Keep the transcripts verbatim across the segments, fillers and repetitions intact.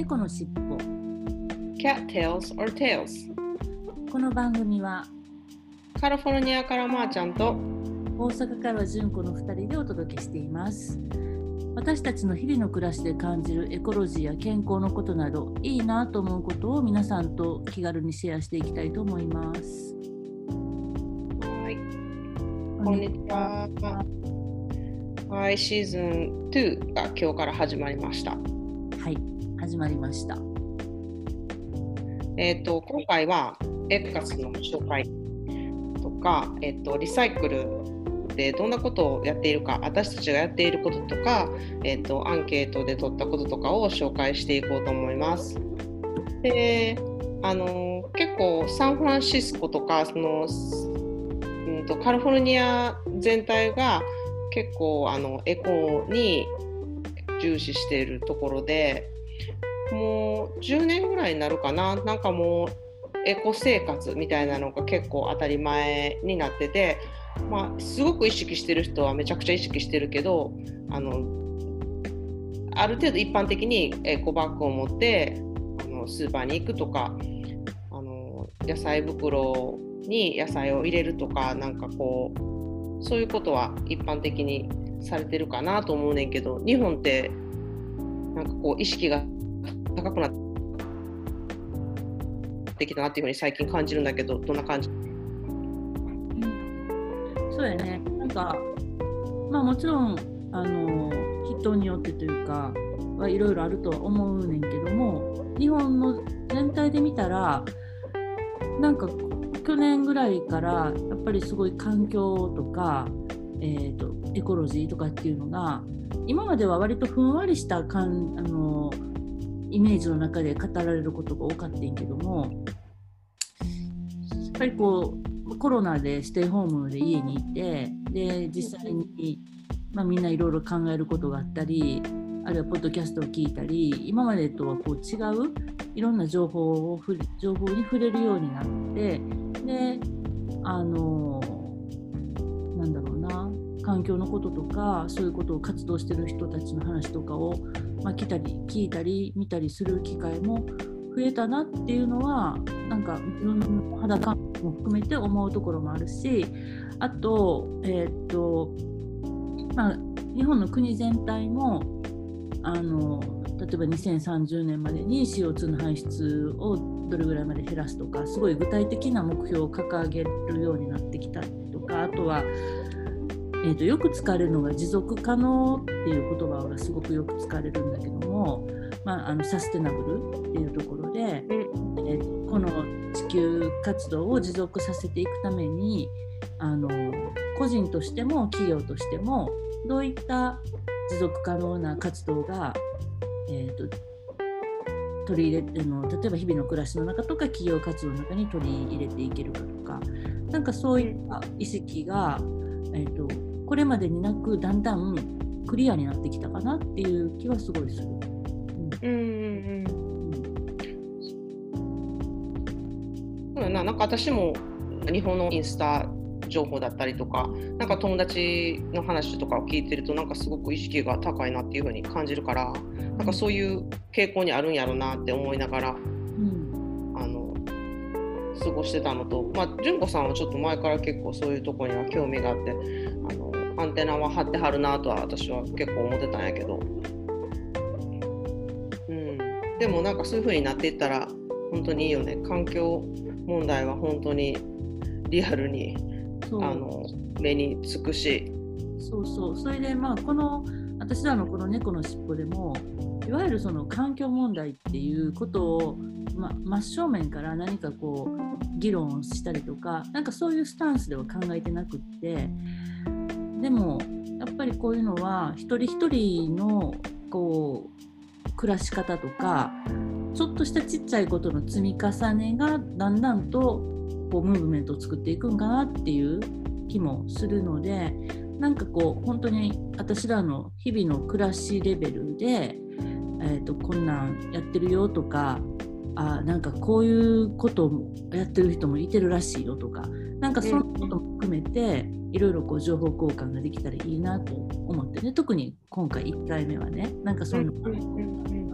猫のしっぽ Cat Tales or Tales。 この番組はカリフォルニアからまーちゃんと大阪からは純子のふたりでお届けしています。私たちの日々の暮らしで感じるエコロジーや健康のことなど、いいなと思うことを皆さんと気軽にシェアしていきたいと思います。 はい、こんにちは。はい、シーズンにが今日から始まりました。 はい、始まりました。 えっと、今回はエッカスの紹介とか、えっと、リサイクルでどんなことをやっているか、私たちがやっていることとか、えっと、アンケートで取ったこととかを紹介していこうと思います。で、あの結構サンフランシスコとかその、うんと、カリフォルニア全体が結構あのエコに重視しているところで、もうじゅうねんぐらいになるかな、なんかもうエコ生活みたいなのが結構当たり前になってて、まあ、すごく意識してる人はめちゃくちゃ意識してるけど、あのある程度一般的にエコバッグを持ってあのスーパーに行くとか、あの野菜袋に野菜を入れるとか、なんかこうそういうことは一般的にされてるかなと思うねんけど、日本ってなんかこう意識が高くなってきたなっていうふうに最近感じるんだけど、どんな感じ？ そうやね、なんかまあもちろんあの人によってというかはいろいろあるとは思うねんけども、日本の全体で見たらなんか去年ぐらいからやっぱりすごい環境とか、えーと、エコロジーとかっていうのが今までは割とふんわりしたかんあのイメージの中で語られることが多かったんやけども、やっぱりこうコロナでステイホームで家にいて、で実際に、まあ、みんないろいろ考えることがあったり、あるいはポッドキャストを聞いたり、今までとはこう違ういろんな情報を情報に触れるようになって、であのなんだろうな、環境のこととかそういうことを活動してる人たちの話とかを、まあ、来たり聞いたり見たりする機会も増えたなっていうのは、なんか自分の肌感も含めて思うところもあるし、あと、えーっとまあ、日本の国全体もあの例えばにせんさんじゅうねんまでに シーオーツー の排出をどれぐらいまで減らすとか、すごい具体的な目標を掲げるようになってきたりとか、あとは、えーと、よく使われるのが持続可能っていう言葉がすごくよく使われるんだけども、まあ、あのサステナブルっていうところで、えーと、この地球活動を持続させていくために、あの個人としても企業としてもどういった持続可能な活動が、えーと、取り入れての、例えば日々の暮らしの中とか企業活動の中に取り入れていけるかとか、なんかそういった意識が、えーと、これまでになくだんだんクリアになってきたかなっていう気はすごいする。うんうんうんそうやな、なんか私も日本のインスタ情報だったりとか、なんか友達の話とかを聞いてると、なんかすごく意識が高いなっていう風に感じるから、なんかそういう傾向にあるんやろうなって思いながら、うん、あの過ごしてたのと、まあ、純子さんはちょっと前から結構そういうところには興味があって、あのアンテナは張ってはるなとは私は結構思ってたんやけど、うん、でもなんかそういう風になっていったら本当にいいよね。環境問題は本当にリアルにあの目につくし、 そうそう、それでまあこの私らのこの猫のしっぽでも、いわゆるその環境問題っていうことを、ま、真正面から何かこう議論したりとか、なんかそういうスタンスでは考えてなくって、でもやっぱりこういうのは一人一人のこう暮らし方とか、ちょっとしたちっちゃいことの積み重ねがだんだんとこうムーブメントを作っていくんかなっていう気もするので、なんかこう本当に私らの日々の暮らしレベルで、えーと、こんなんやってるよとか、あ、なんかこういうことをやってる人もいてるらしいよとか、なんかそんなことも含めていろいろこう情報交換ができたらいいなと思ってね、特に今回いっかいめはね、なんかそういうのがあったんだけ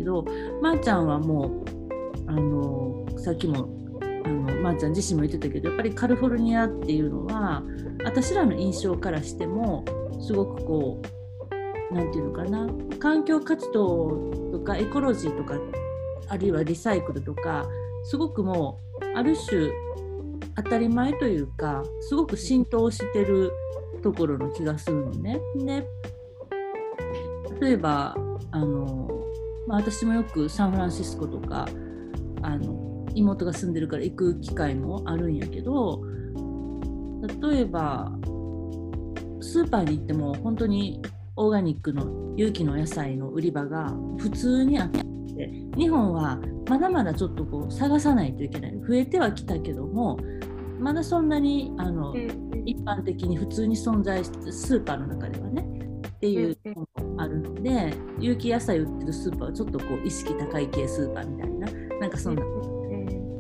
けど、まーちゃんはもうあのさっきもあのまーちゃん自身も言ってたけど、やっぱりカリフォルニアっていうのは私らの印象からしてもすごくこうなんていうのかな、環境活動とかエコロジーとかあるいはリサイクルとかすごくもうある種当たり前というかすごく浸透してるところの気がするのね。で例えばあの、まあ、私もよくサンフランシスコとかあの妹が住んでるから行く機会もあるんやけど、例えばスーパーに行っても本当にオーガニックの有機の野菜の売り場が普通にあって、日本はまだまだちょっとこう探さないといけない。増えてはきたけどもまだそんなにあの、うん、一般的に普通に存在してスーパーの中ではねっていうのもあるので、うん、有機野菜売ってるスーパーはちょっとこう意識高い系スーパーみたいななんかそんな、うん、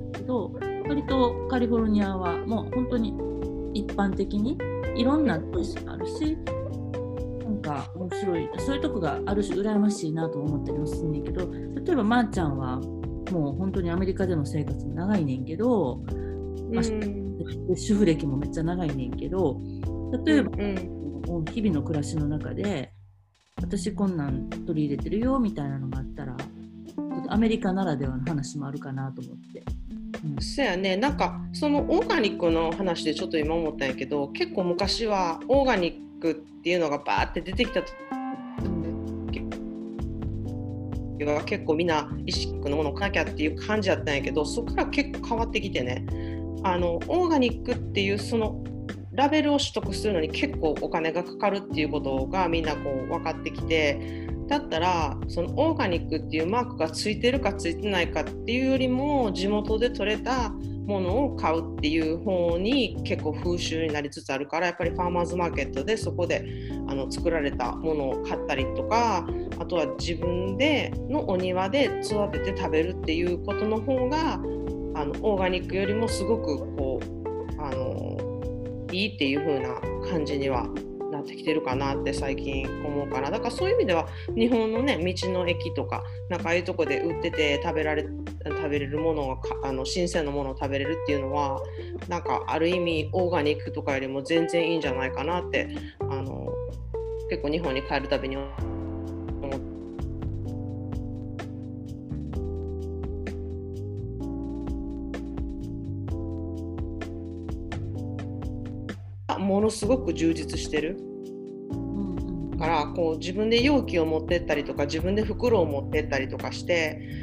けど割とカリフォルニアはもう本当に一般的にいろんな都市があるし、なんか面白いそういうとこがあるし羨ましいなと思ったりもするんだけど、例えばまーちゃんはもう本当にアメリカでの生活も長いねんけど、まあ、主婦歴もめっちゃ長いねんけど、例えば、うん、日々の暮らしの中で私こんなん取り入れてるよみたいなのがあったらちょっとアメリカならではの話もあるかなと思って、 うん、そうやね。なんかそのオーガニックの話でちょっと今思ったんやけど、結構昔はオーガニックっていうのがバーって出てきた時は結構みんな意識のものを買わなきゃっていう感じだったんやけど、そこから結構変わってきてね、あのオーガニックっていうそのラベルを取得するのに結構お金がかかるっていうことがみんなこう分かってきて、だったらそのオーガニックっていうマークがついてるかついてないかっていうよりも地元で採れたものを買うっていう方に結構風習になりつつあるから、やっぱりファーマーズマーケットでそこであの作られたものを買ったりとか、あとは自分でのお庭で育てて食べるっていうことの方があのオーガニックよりもすごくこうあのいいっていう風な感じにはなってきてるかなって最近思うから、だからそういう意味では日本のね道の駅とかなんかああいうとこで売ってて食べられ食べれるものをあの新鮮なものを食べれるっていうのはなんかある意味オーガニックとかよりも全然いいんじゃないかなってあの結構日本に帰るたびに思って。ものすごく充実してる、うんうん、からこう自分で容器を持ってったりとか自分で袋を持ってったりとかして、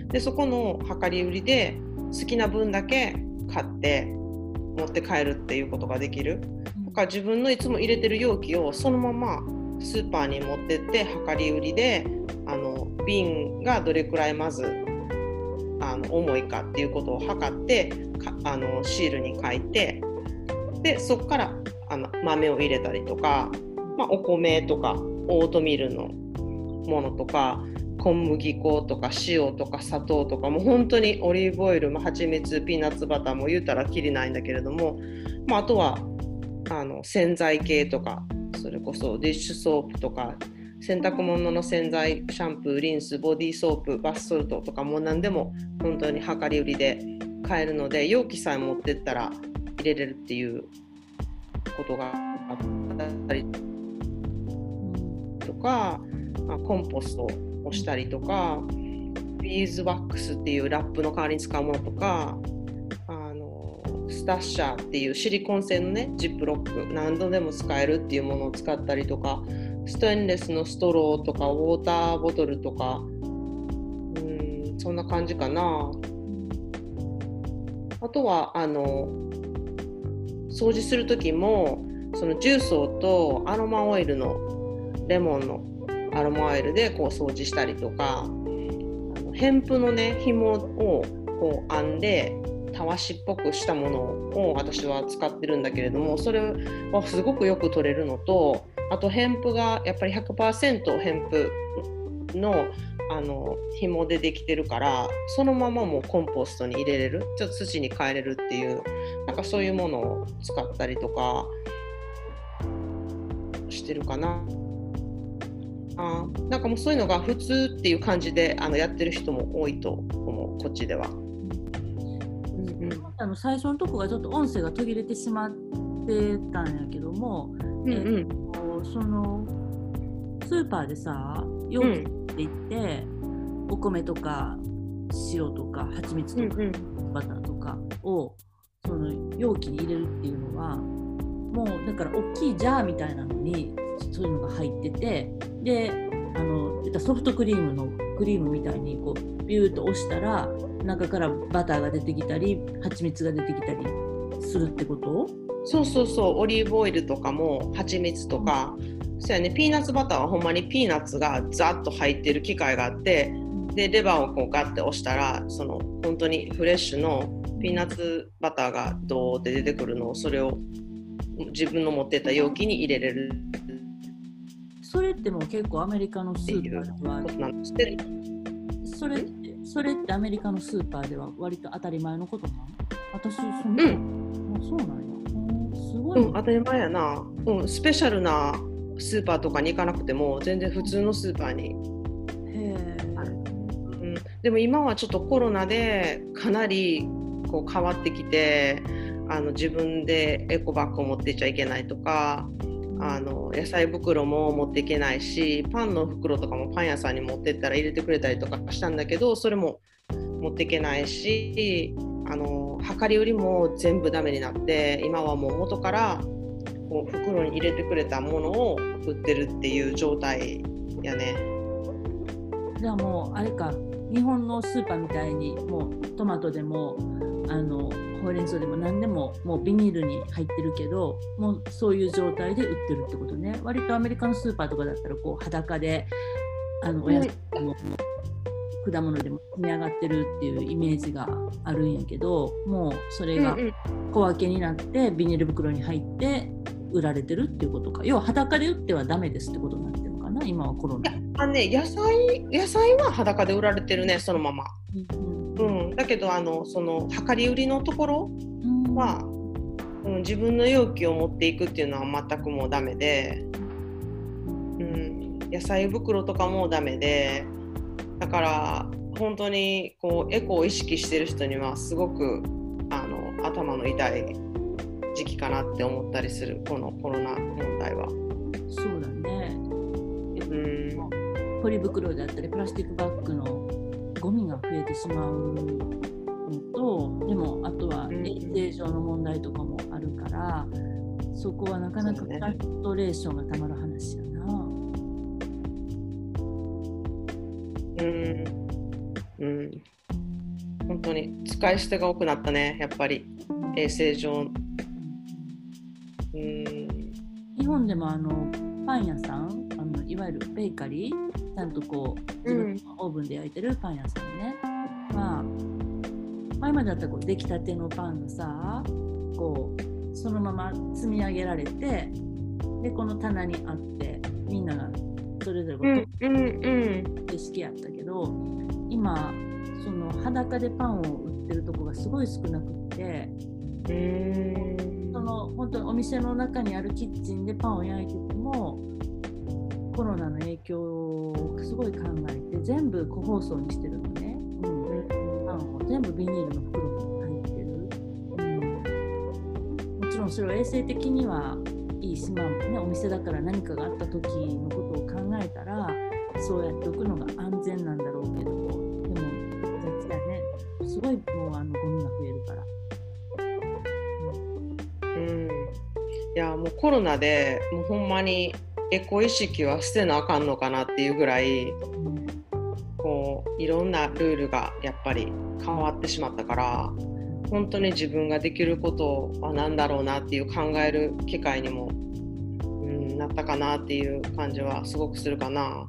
でそこの量り売りで好きな分だけ買って持って帰るっていうことができる、うん、だから自分のいつも入れてる容器をそのままスーパーに持ってって量り売りであの瓶がどれくらいまずあの重いかっていうことを測ってかあのシールに書いて、でそこからあの豆を入れたりとか、まあ、お米とかオートミールのものとか小麦粉とか塩とか砂糖とかもう本当にオリーブオイルも蜂蜜ピーナッツバターも言ったらきりないんだけれども、まあ、あとはあの洗剤系とかそれこそディッシュソープとか洗濯物の洗剤シャンプーリンスボディーソープバスソルトとかも何でも本当に量り売りで買えるので、容器さえ持ってったら入れれるっていうことがあったりとか、まあ、コンポストをしたりとかビーズワックスっていうラップの代わりに使うものとか、あのスタッシャーっていうシリコン製のねジップロック何度でも使えるっていうものを使ったりとか、ステンレスのストローとかウォーターボトルとか、うーんそんな感じかな。あとはあの掃除する時もその重曹とアロマオイルのレモンのアロマオイルでこう掃除したりとか、あのヘンプのね紐をこう編んでたわしっぽくしたものを私は使ってるんだけれども、それはすごくよく取れるのと、あとヘンプがやっぱり ひゃくパーセント ヘンプのあの紐でできてるからそのままもうコンポストに入れれる、ちょっと土に変えれるっていう、なんかそういうものを使ったりとかしてるかな。 あなんかもうそういうのが普通っていう感じであのやってる人も多いと思う、こっちでは。 うんうん、あの最初のとこがちょっと音声が途切れてしまってたんやけども、うんうん、えー、そのスーパーでさ容器っていって、うん、お米とか塩とか蜂蜜とか、うんうん、バターとかをその容器に入れるっていうのはもうだから大きいジャーみたいなのにそういうのが入ってて、であのソフトクリームのクリームみたいにこうビューッと押したら中からバターが出てきたり蜂蜜が出てきたりするってこと？ そうそうそう、オリーブオイルとかも蜂蜜とか、うん、そうやね、ピーナッツバターはほんまにピーナッツがザッと入ってる機械があって、でレバーをこうガッて押したらその本当にフレッシュのピーナッツバターがドーって出てくるのをそれを自分の持ってた容器に入れれる。 それってもう結構アメリカのスーパーではそれってそれってアメリカのスーパーでは割と当たり前のことなの？私そんな、うん、あそうなんや、すごい、 うん、当たり前やな、うん、スペシャルなスーパーとかに行かなくても全然普通のスーパーにへある、うん、でも今はちょっとコロナでかなりこう変わってきて、あの自分でエコバッグを持っていっちゃいけないとか、あの野菜袋も持っていけないし、パンの袋とかもパン屋さんに持ってったら入れてくれたりとかしたんだけど、それも持っていけないし、あの量り売りも全部ダメになって、今はもう元からこう袋に入れてくれたものを売ってるっていう状態やね。 じゃあもうあれか、日本のスーパーみたいにもうトマトでもあのほうれん草でも何でももうビニールに入ってるけど、もうそういう状態で売ってるってことね。割とアメリカのスーパーとかだったらこう裸であのお野菜も、うん、果物でも積み上がってるっていうイメージがあるんやけど、もうそれが小分けになってビニール袋に入って売られてるっていうことか。要は裸で売ってはダメですってことになってるのかな、今はコロナ。 いやあのね、野菜野菜は裸で売られてるね、そのまま。うんうん、だけどあのその量り売りのところは、うん、自分の容器を持っていくっていうのは全くもうダメで、うん、野菜袋とかもダメで、だから本当にこうエコを意識してる人にはすごくあの頭の痛い時期かなって思ったりする、このコロナ問題は。 そうだね、 うん、 ポリ袋だったりプラスチックバッグのゴミが増えてしまうのと、でもあとは衛生上の問題とかもあるから、そこはなかなかフラストレーションがたまる話やな。 うん、うん、本当に使い捨てが多くなったね、やっぱり衛生上。うん、 日本でもあのパン屋さん、あのいわゆるベーカリー、ちゃんとこう自分のオーブンで焼いてるパン屋さんね、うん、まあ前までだったらこう出来たてのパンがさ、こうそのまま積み上げられて、でこの棚にあってみんながそれぞれこう、うんうん、景色やったけど、今その裸でパンを売ってるとこがすごい少なくって、うーん、その本当にお店の中にあるキッチンでパンを焼いててもコロナの影響をすごい考えて全部個包装にしてるのね、うん、パンを全部ビニールの袋に入ってる、うん、もちろんそれは衛生的にはいいし、まあね、お店だから何かがあった時のことを考えたらそうやっておくのが安全なんだろうけど、でも雑だね、すごいもうあのゴミが増えるから、 うん、いやもうコロナでもうほんまにエコ意識は捨てなあかんのかなっていうぐらい、うん、こういろんなルールがやっぱり変わってしまったから、本当に自分ができることは何だろうなっていう考える機会にも、うん、なったかなっていう感じはすごくするかな。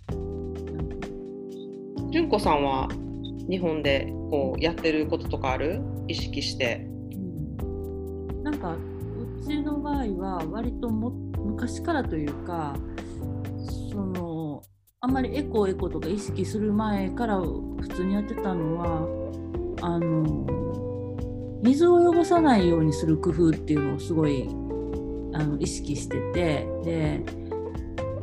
純子さんは日本でこうやってることとかある？意識して。 うん、なんかうちの場合は割とも昔からというか、そのあんまりエコエコとか意識する前から普通にやってたのは、あの水を汚さないようにする工夫っていうのをすごいあの意識してて、で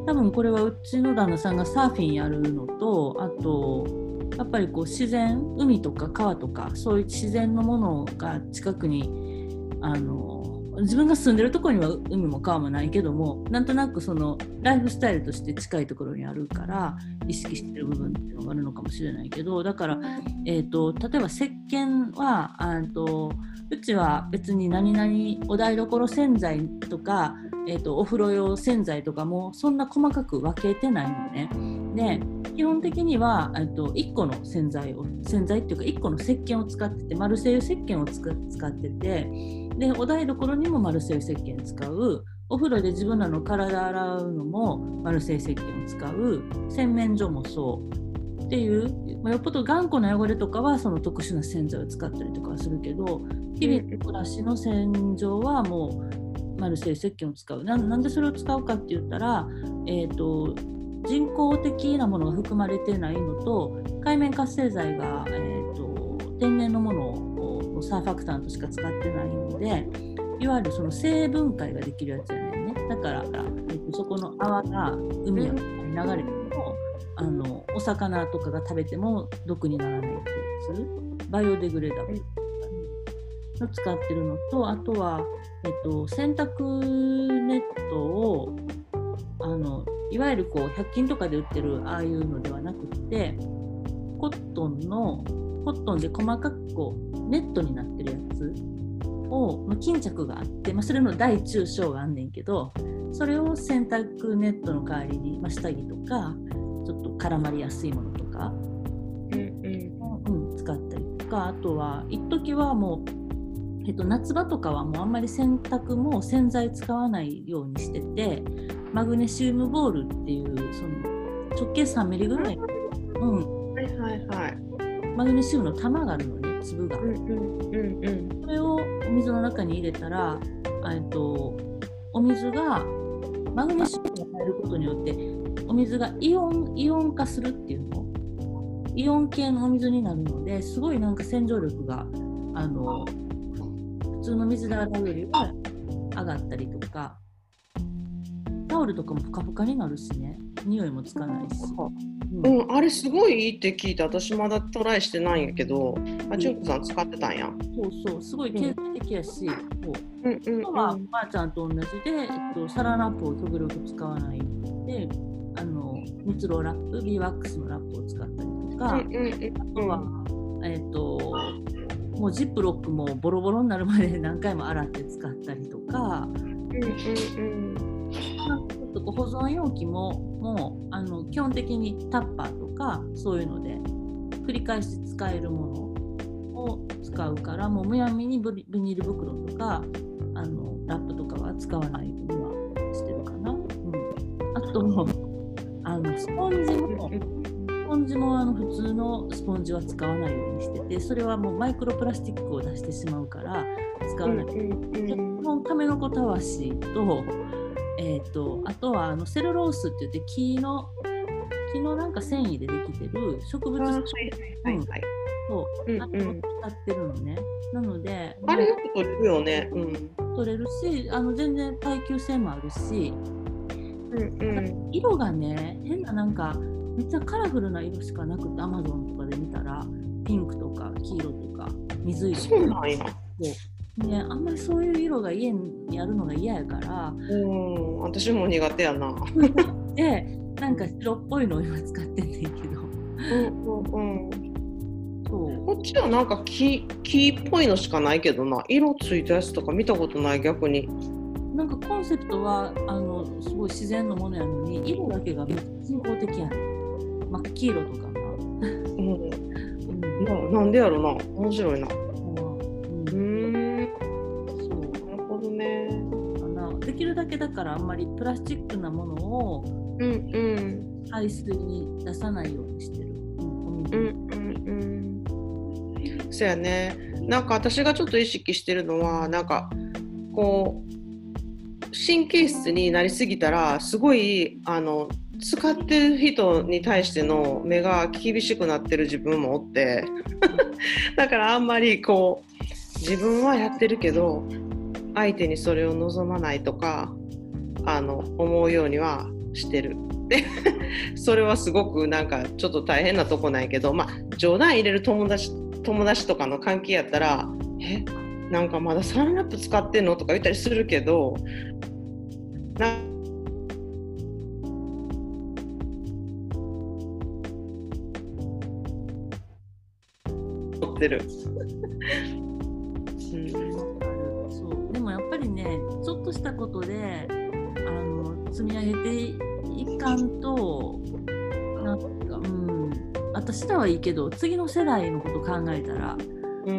多分これはうちの旦那さんがサーフィンやるのと、あとやっぱりこう自然、海とか川とかそういう自然のものが近くに、あの自分が住んでるところには海も川もないけども、なんとなくそのライフスタイルとして近いところにあるから意識してる部分っていうのがあるのかもしれないけど、だから、えーと、例えば石鹸はあとうちは別に何々お台所洗剤とか、えーと、お風呂用洗剤とかもそんな細かく分けてないのね。で基本的にはといっこの洗剤を洗剤っていうかいっこの石鹸を使ってて、マルセイユ石鹸を使ってて、でお台所にもマルセイユ石鹸使う、お風呂で自分らの体洗うのもマルセイユ石鹸を使う、洗面所もそうっていう、まあ、よっぽど頑固な汚れとかはその特殊な洗剤を使ったりとかはするけど、日々の暮らしの洗浄はもうマルセイユ石鹸を使う。 な, なんでそれを使うかって言ったら、えーと人工的なものが含まれてないのと、界面活性剤が、えー、と天然のものをサーファクタントしか使ってないので、いわゆるその生分解ができるやつやねんね。だから、えー、とそこの泡が海や流れても、あのお魚とかが食べても毒にならないってやつ、バイオデグレーダブルの使ってるのと、あとは、えー、と洗濯ネットをあのいわゆるこうひゃく均とかで売ってるああいうのではなくて、コットンのコットンで細かくこうネットになってるやつを、まあ、巾着があって、まあ、それの大中小があんねんけど、それを洗濯ネットの代わりに、まあ、下着とかちょっと絡まりやすいものとか、うんうんうん、使ったりとか、あとは一時はもう、えっと、夏場とかはもうあんまり洗濯も洗剤使わないようにしてて、マグネシウムボールっていうその直径さんミリぐらいの、うんはいはいはい、 マグネシウムの玉があるのね、粒が、うんうんうんうん、それをお水の中に入れたら、えっと、お水がマグネシウムが入ることによってお水がイオン、イオン化するっていうの、イオン系のお水になるので、すごいなんか洗浄力があの普通の水で洗うよりは上がったりとか、タオルとかもポカポカになるしね、匂いもつかないし、 うん、うん、あれすごいいいって聞いて、私まだトライしてないんやけど、あ、ちゅんこさん使ってたんや。 そうそう、すごい経済的やし、うん、そう、うんうんうん、まあばあちゃんと同じで、えっと、サランラップを極力使わないで、あの蜜ろラップ、ビーワックスのラップを使ったりとか、うんうんうん、あとは、えっともうジップロックもボロボロになるまで何回も洗って使ったりとか、うんうんうん、ちょっとこう保存容器ももうあの基本的にタッパーとかそういうので繰り返し使えるものを使うから、もうむやみにビニール袋とかあのラップとかは使わないようにはしてるかな、うん、あとあのスポンジもスポンジもあの普通のスポンジは使わないようにしてて、それはもうマイクロプラスチックを出してしまうから使わない、うんうん、亀の子たわしと、えー、とあとはあのセルロースって言って木の木のなんか繊維でできてる植物性、そうあれを使ってるのね。なのであれよく取れるよね、うん、 取れるし、あの全然耐久性もあるし、うんうん、色がね変ななんかめっちゃカラフルな色しかなくて、アマゾンとかで見たらピンクとか黄色とか水色とか、 そうなんや、 ね、あんまりそういう色が家にあるのが嫌やから、 うん、私も苦手やなで、なんか白っぽいのを今使ってんねんけど、うんうんうん、そうこっちはなんか 木, 木っぽいのしかないけどな、色ついたやつとか見たことない。逆になんかコンセプトはあのすごい自然のものやのに、色だけが人工的やねん。真っ黄色とかな、うんうん、な, なんでやろな、面白いな、うんうん、 そうなるほどね。 かな。できるだけだからあんまりプラスチックなものを排水に出さないようにしてる、うんうんうんうん、そうやね。なんか私がちょっと意識してるのは、なんかこう神経質になりすぎたらすごいあの使ってる人に対しての目が厳しくなってる自分もおってだからあんまりこう自分はやってるけど相手にそれを望まないとかあの思うようにはしてる。でそれはすごくなんかちょっと大変なとこないけど、まあ冗談入れる友達友達とかの関係やったら、えなんかまだサランラップ使ってんのとか言ったりするけど、な持ってる。 うん、そうでもやっぱりね、ちょっとしたことであの積み上げていかんと、なんか、うん、私らはいいけど次の世代のこと考えたら、 うん、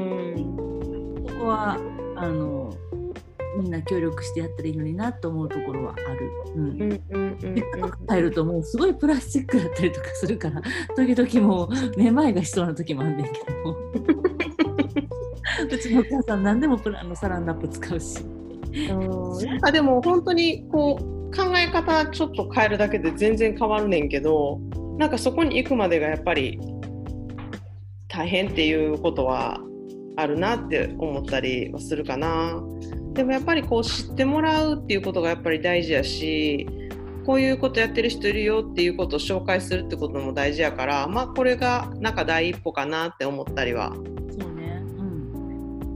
そこはあのみんな協力してやったらいいのになと思うところはある。うん。うんうんうん、変えるともうすごいプラスチックだったりとかするから、時々もうめまいがしそうな時もあんねんけども。うちのお母さん何でもプラのサランラップ使うし。 うん、あでも本当にこう考え方ちょっと変えるだけで全然変わるねんけど、なんかそこに行くまでがやっぱり大変っていうことはあるなって思ったりはするかな。でもやっぱりこう知ってもらうっていうことがやっぱり大事やし、こういうことやってる人いるよっていうことを紹介するってことも大事やから、まあこれがなんか第一歩かなって思ったりは。 そうね、うん。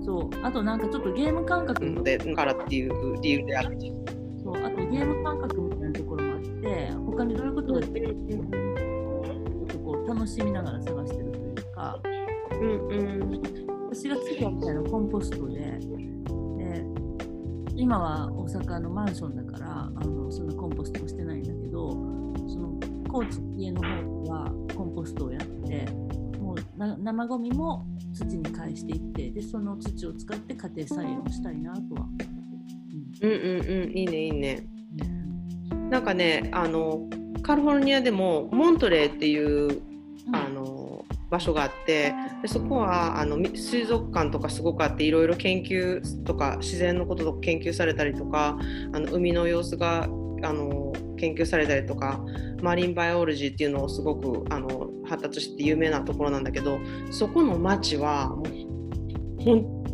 そう。あとなんかちょっとゲーム感覚でからっていう理由である。 そう。あとゲーム感覚みたいなところもあって、他にどういうことができるか、ちょっとこう楽しみながら探してるというか。うんうん。私が次やったのはコンポストで。で今は大阪のマンションだからあのそんなコンポストをしてないんだけど、その高知家の方はコンポストをやって、もうな生ゴミも土に返していって、でその土を使って家庭菜園をしたいなとは、 うん、うんうんうんいいねいいね、うん、なんかねあのカリフォルニアでもモントレーっていう、うん、あの場所があって、でそこはあの水族館とかすごくあって、いろいろ研究とか自然のこととか研究されたりとか、あの海の様子があの研究されたりとか、マリンバイオロジーっていうのをすごくあの発達して有名なところなんだけど、そこの町はもう本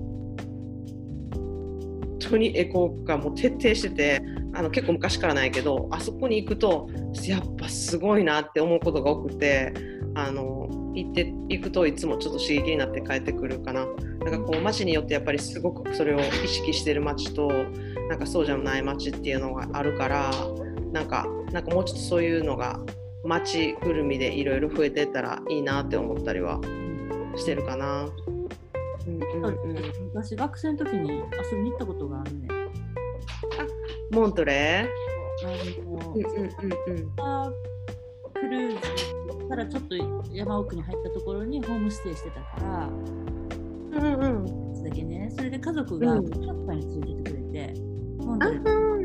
当にエコがもう徹底してて、あの結構昔からないけど、あそこに行くとやっぱすごいなって思うことが多くて、あの行って行くといつもちょっと刺激になって帰ってくるかな。なんかこう街によってやっぱりすごくそれを意識してる街と、なんかそうじゃない街っていうのがあるから、なんかなんかもうちょっとそういうのが街ぐるみでいろいろ増えていったらいいなって思ったりはしてるかな。 うんうんうん、私学生の時に遊びに行ったことがあるね。 あ、モントレー。 あの、うんうんうんうん、クルーズからちょっと山奥に入ったところにホームステイしてたから、うんうん、だけね、それで家族がキャンパーに連れてってくれて、モントレー、うん、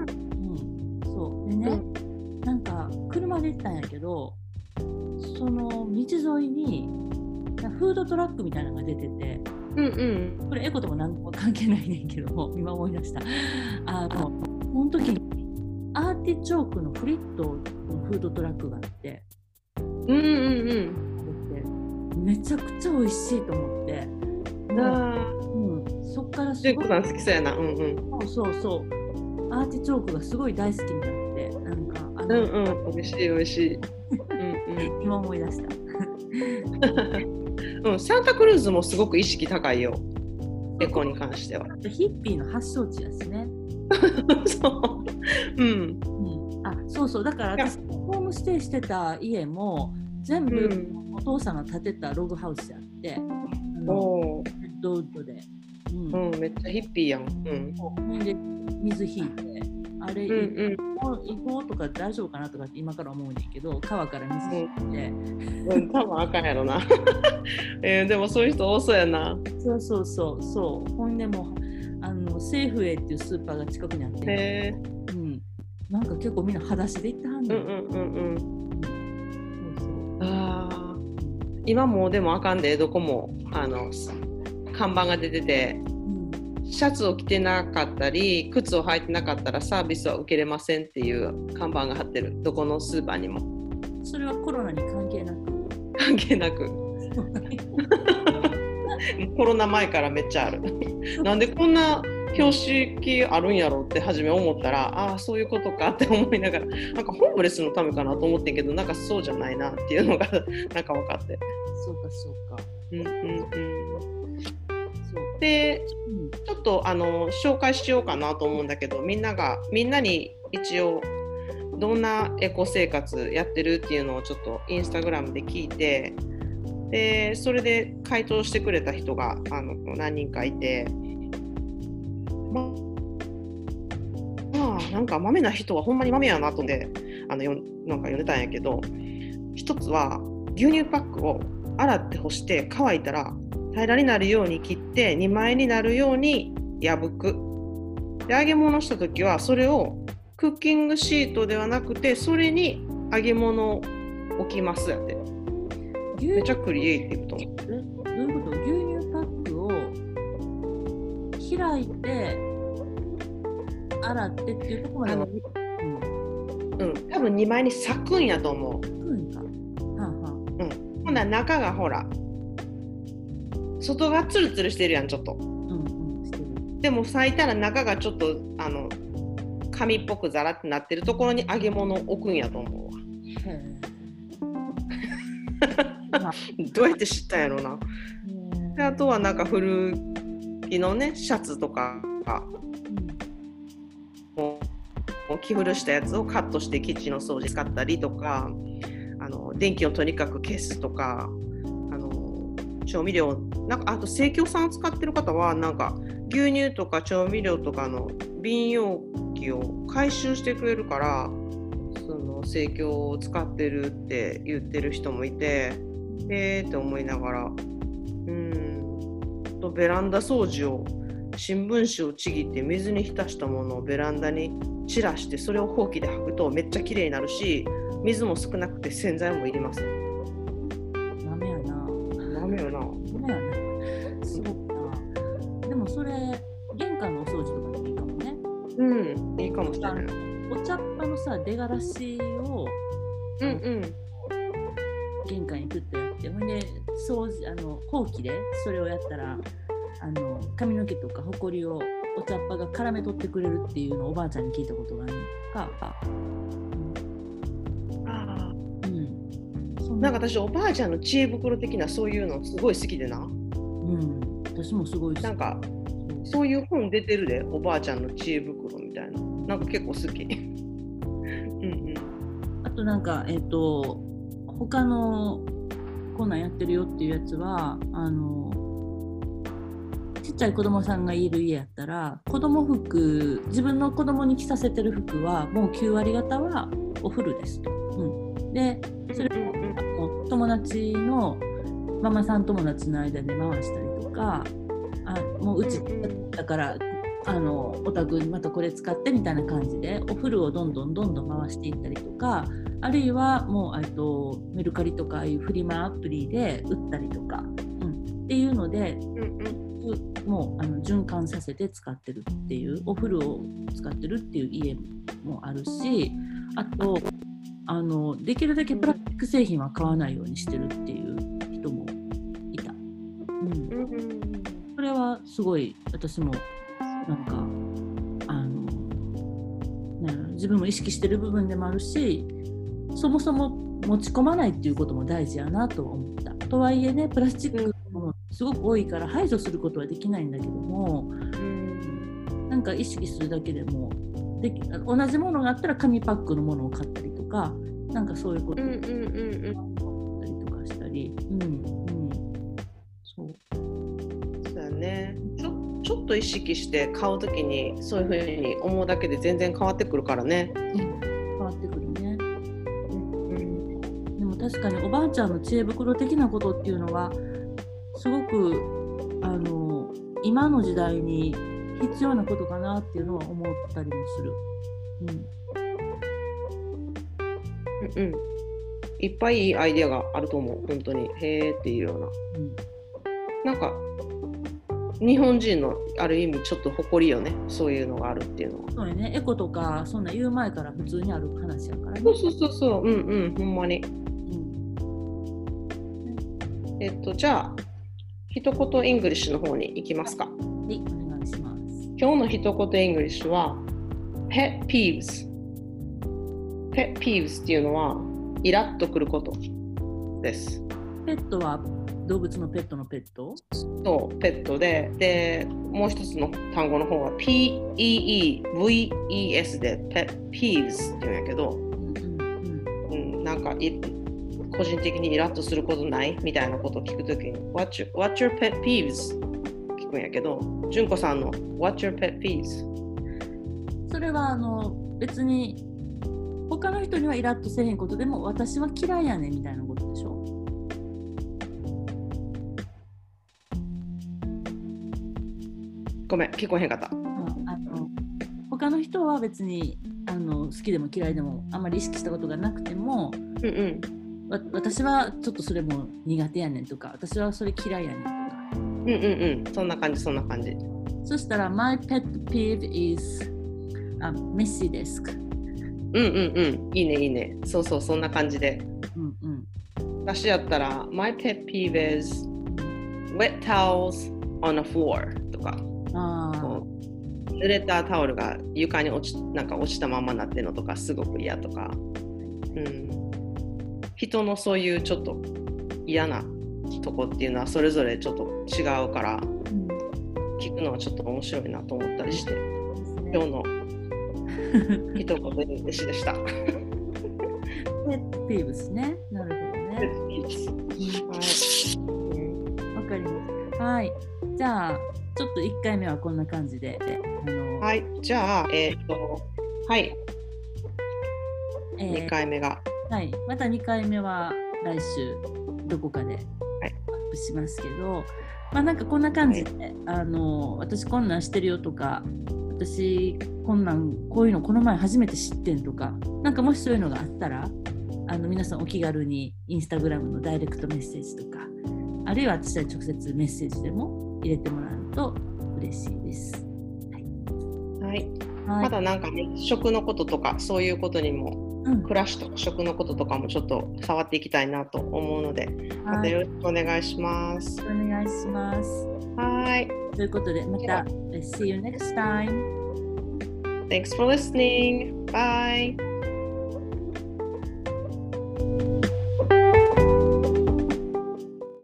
そうでね、うん、なんか車で行ったんやけど、その道沿いにフードトラックみたいなのが出てて、うんうん、これエコとも何も関係ないねんけども、今思い出した。あのその時にアーティチョークのフリットのフードトラックがあって、うんうんうん、めちゃくちゃ美味しいと思って、あ、うん、そっからすごい好きそうやな、うんうん、 そうそうそう、アーティチョークがすごい大好きになって、なんかあの、うんうん、美味しい美味しい、 うんうん、今思い出した。 うん、サンタクルーズもすごく意識高いよ、エコに関しては。 ヒッピーの発祥地ですね。 そう、うん、 うん、あ、そうそう、だから私ホームステイしてた家も全部お父さんが建てたログハウスやって、うん、おレッドウッドで、 うんうん、めっちゃヒッピーやん。 うん、で水引いて、あれ、うんうん、行こうとか大丈夫かなとかって今から思うんだけど、川から水引いて、 うん、多分あかんやろな、えー、でもそういう人多そうやな。 そうそうそうそう、ほんでもあのセーフウェイっていうスーパーが近くにあって、へー、うん、なんか結構みんな裸足で行ってはんねん。うんうんうんうん、 そうそう、あ、今もうでもあかんで、どこもあの看板が出てて、シャツを着てなかったり靴を履いてなかったらサービスは受けれませんっていう看板が貼ってる、どこのスーパーにも。 それはコロナに関係なく？ 関係なくコロナ前からめっちゃある。なんでこんな標識あるんやろって初め思ったら、ああそういうことかって思いながら、なんかホームレスのためかなと思ってんけど、なんかそうじゃないなっていうのがなんか分かって。 そうかそうか。 うんうんうん。 そうで、 うん、 ちょっとあの紹介しようかなと思うんだけど、みんながみんなに一応どんなエコ生活やってるっていうのをちょっとインスタグラムで聞いて、でそれで回答してくれた人があの何人かいて、まあなんか豆な人はほんまに豆やなと思ってあのよなんか読んでたんやけど、一つは牛乳パックを洗って干して乾いたら平らになるように切ってにまいになるように破く。で揚げ物した時はそれをクッキングシートではなくてそれに揚げ物を置きますやって。めっちゃクリエイティブと思う。 え、どういうこと？牛乳パックを開いて洗ってっていうところまでは、 うん、多分にまいに裂くんやと思う。 裂くんか。はあはあ、 うん。ほんなら中がほら外がツルツルしてるやんちょっと。 うんうん、してる。 でも裂いたら中がちょっとあの紙っぽくザラってなってるところに揚げ物を置くんやと思うわ。 へどうやって知ったんやろな。であとはなんか古着のねシャツとかを着古したやつをカットしてキッチンの掃除使ったりとか、あの電気をとにかく消すとか、あの調味料なんかあと生協さんを使ってる方はなんか牛乳とか調味料とかの瓶容器を回収してくれるから、その生協を使ってるって言ってる人もいて、えーって思いながら、うーんとベランダ掃除を新聞紙をちぎって水に浸したものをベランダに散らしてそれをほうきで履くとめっちゃ綺麗になるし、水も少なくて洗剤もいりません。 ダメやな。 ダメよな。 ダメやな。すごくな。でもそれ玄関のお掃除とかでもいいかもね。 うん、いいかもしれない。 お茶っ葉のさ出がらしを、 うんうん、 玄関にグッとやって、ほんで掃除あのほうきでそれをやったらあの髪の毛とかほこりをお茶っ葉が絡め取ってくれるっていうのをおばあちゃんに聞いたことがあるか。 あ、 うん、そんなんか私おばあちゃんの知恵袋的なそういうのすごい好きでな。 うん、私もすごい好き。 なんかそういう本出てるで、おばあちゃんの知恵袋みたいな。なんか結構好き。うんうん。 あとなんかえっと他のこんなんやってるよっていうやつは、あのちっちゃい子供さんがいる家やったら子供服、自分の子供に着させてる服はもうきゅうわり方はお古ですと、うん、でそれをもう友達のママさん友達の間で回したりとか、あもううちだからあのお宅にまたこれ使ってみたいな感じでお古をどんどんどんどん回していったりとか、あるいはもうとメルカリとかああいうフリマアプリで売ったりとか、うん、っていうので、うんうん、もうあの循環させて使ってるっていう、お風呂を使ってるっていう家もあるし、あとあのできるだけプラスチック製品は買わないようにしてるっていう人もいた、うん、それはすごい私もなんかあのなん自分も意識してる部分でもあるし、そもそも持ち込まないっていうことも大事やなと思った。とはいえね、プラスチックのものすごく多いから排除することはできないんだけども、うん、なんか意識するだけでもでき、同じものがあったら紙パックのものを買ったりとか、なんかそういうことをやったりとかしたり、うんうん、そう。 そうだね。ちょちょっと意識して買うときにそういうふうに思うだけで全然変わってくるからね。 うん、変わってくるね。うん、でも確かにおばあちゃんの知恵袋的なことっていうのはすごくあの今の時代に必要なことかなっていうのは思ったりもする。 うんうんうん、いっぱいいいアイデアがあると思う。本当にへーっていうような、うん、なんか日本人のある意味ちょっと誇りよね、そういうのがあるっていうのは。 そうやね、エコとかそんな言う前から普通にある話やからね。 そうそうそうそう、うんうん、ほんまに、うん、えっとじゃあ一言イングリッシュの方に行きますか。 はい、お願いします。 今今日の一言イングリッシュは Pet Peeves。 Pet Peeves っていうのはイラッとくることです。 ペットは動物のペットのペット？ そう、ペットで、で、もう一つの単語の方は ピー イー イー ブイ イー エス で Pet Peeves っていうんやけど、 うんうんうん、なんかい個人的にイラッとすることないみたいなことを聞くときに What's your, What's your pet peeves? 聞くんやけど、純子さんの What's your pet peeves? うん、それはあの別に他の人にはイラッとせえへんことでも私は嫌いやねんみたいなことでしょ？ ごめん、聞こえへんかった。 うん、あの他の人は別にあの好きでも嫌いでもあんまり意識したことがなくても、 うんうん、 わ私はちょっとそれも苦手やねんとか、私はそれ嫌いやねんとか。 うんうんうん、そんな感じそんな感じ。 そしたら My pet peeve is a messy desk。 うんうんうん、いいねいいね。そうそう、そんな感じで。 うんうん、 私やったら My pet peeve is wet towels on a floor とか。 あ濡れたタオルが床に落ち、なんか落ちたままになってるのとかすごく嫌とか、うん、人のそういうちょっと嫌なとこっていうのはそれぞれちょっと違うから、うん、聞くのはちょっと面白いなと思ったりして、うん、今日の一言で嬉しいでした。 ペッピーブスね。なるほどね。ペッピーブス。はい。わ、うん、かります。はい。じゃあちょっといっかいめはこんな感じで、あのはい、じゃあ、えー、っと、はい、えー、にかいめが。 はい、またにかいめは来週どこかでアップしますけど、はい、まあなんかこんな感じで、はい、あの私こんなんしてるよとか、私こんなんこういうのこの前初めて知ってんとか、なんかもしそういうのがあったら、あの皆さんお気軽にインスタグラムのダイレクトメッセージとか、あるいは私は直接メッセージでも入れてもらうと嬉しいです。 はい。はい、まだなんかね、食のこととかそういうことにも、うん、暮らしとか食のこととかもちょっと触っていきたいなと思うので、またよろしくお願いします。 お願いします。 はい。 ということでまた See you next time. Thanks for listening. Bye.